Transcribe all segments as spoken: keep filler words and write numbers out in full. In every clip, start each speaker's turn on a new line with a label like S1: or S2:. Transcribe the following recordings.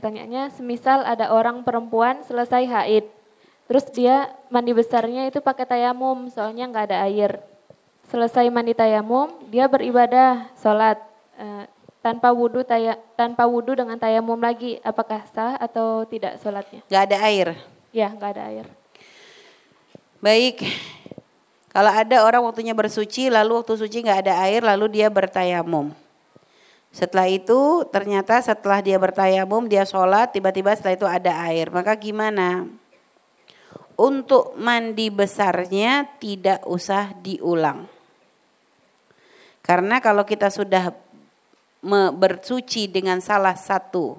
S1: pertanyaannya, semisal ada orang perempuan selesai haid, terus dia mandi besarnya itu pakai tayamum, soalnya nggak ada air. Selesai mandi tayamum, dia beribadah, sholat eh, tanpa wudu taya, tanpa wudu dengan tayamum lagi, apakah sah atau tidak sholatnya?
S2: Nggak ada air.
S1: Ya, nggak ada air.
S2: Baik. Kalau ada orang waktunya bersuci, lalu waktu suci nggak ada air, lalu dia bertayamum. Setelah itu ternyata setelah dia bertayamum, dia sholat, tiba-tiba setelah itu ada air. Maka gimana? Untuk mandi besarnya tidak usah diulang. Karena kalau kita sudah bersuci dengan salah satu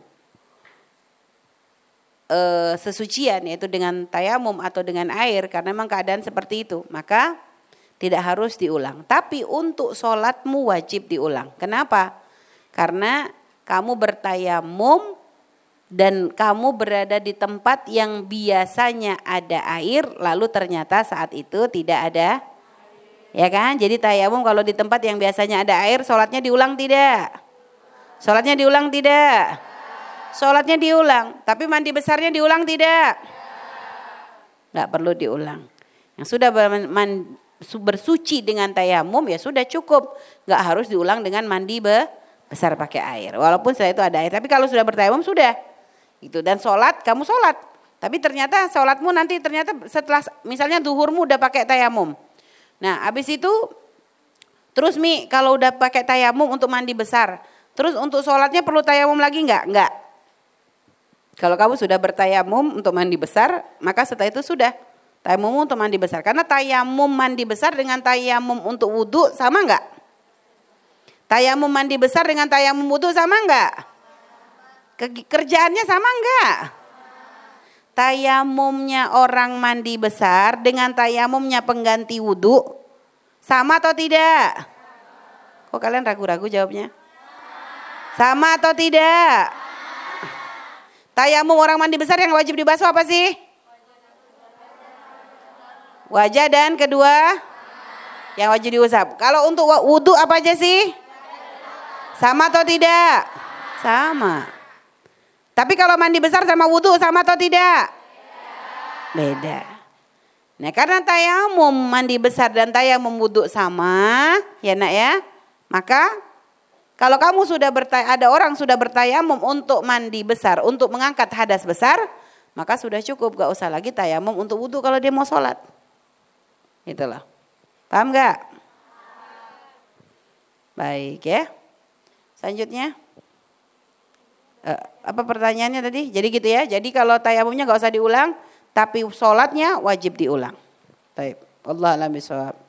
S2: e, sesucian, yaitu dengan tayamum atau dengan air, karena memang keadaan seperti itu, maka tidak harus diulang. Tapi untuk sholatmu wajib diulang. Kenapa? Karena kamu bertayamum dan kamu berada di tempat yang biasanya ada air, lalu ternyata saat itu tidak ada, ya kan? Jadi tayamum kalau di tempat yang biasanya ada air, sholatnya diulang tidak? Sholatnya diulang tidak? Sholatnya diulang, tapi mandi besarnya diulang tidak? Nggak perlu diulang. Yang sudah bersuci dengan tayamum ya sudah cukup, nggak harus diulang dengan mandi be besar pakai air. Walaupun setelah itu ada air, tapi kalau sudah bertayamum sudah. Itu dan sholat, kamu sholat. Tapi ternyata sholatmu nanti ternyata setelah misalnya duhurmu udah pakai tayamum. Nah, habis itu terus Mi kalau udah pakai tayamum untuk mandi besar, terus untuk sholatnya perlu tayamum lagi enggak? Enggak. Kalau kamu sudah bertayamum untuk mandi besar, maka setelah itu sudah tayamum untuk mandi besar. Karena tayamum mandi besar dengan tayamum untuk wudhu sama enggak? Tayamum mandi besar dengan tayamum wudhu sama enggak? Kerjaannya sama enggak? Tayamumnya orang mandi besar dengan tayamumnya pengganti wudhu sama atau tidak? Kok kalian ragu-ragu jawabnya? Sama atau tidak? Tayamum orang mandi besar yang wajib dibasuh apa sih? Wajah dan kedua yang wajib diusap. Kalau untuk wudhu apa aja sih? Sama atau tidak? Sama. Tapi kalau mandi besar sama wudhu sama atau tidak? Beda. Nah karena tayamum mandi besar dan tayamum wudhu sama, ya nak ya, maka kalau kamu sudah bertay- ada orang sudah bertayamum untuk mandi besar, untuk mengangkat hadas besar, maka sudah cukup, gak usah lagi tayamum untuk wudhu kalau dia mau sholat. Itulah. Paham gak? Baik ya. Selanjutnya, uh, apa pertanyaannya tadi? Jadi gitu ya. Jadi kalau tayamumnya nggak usah diulang, tapi sholatnya wajib diulang. Baik. Allah a'lam bishawab.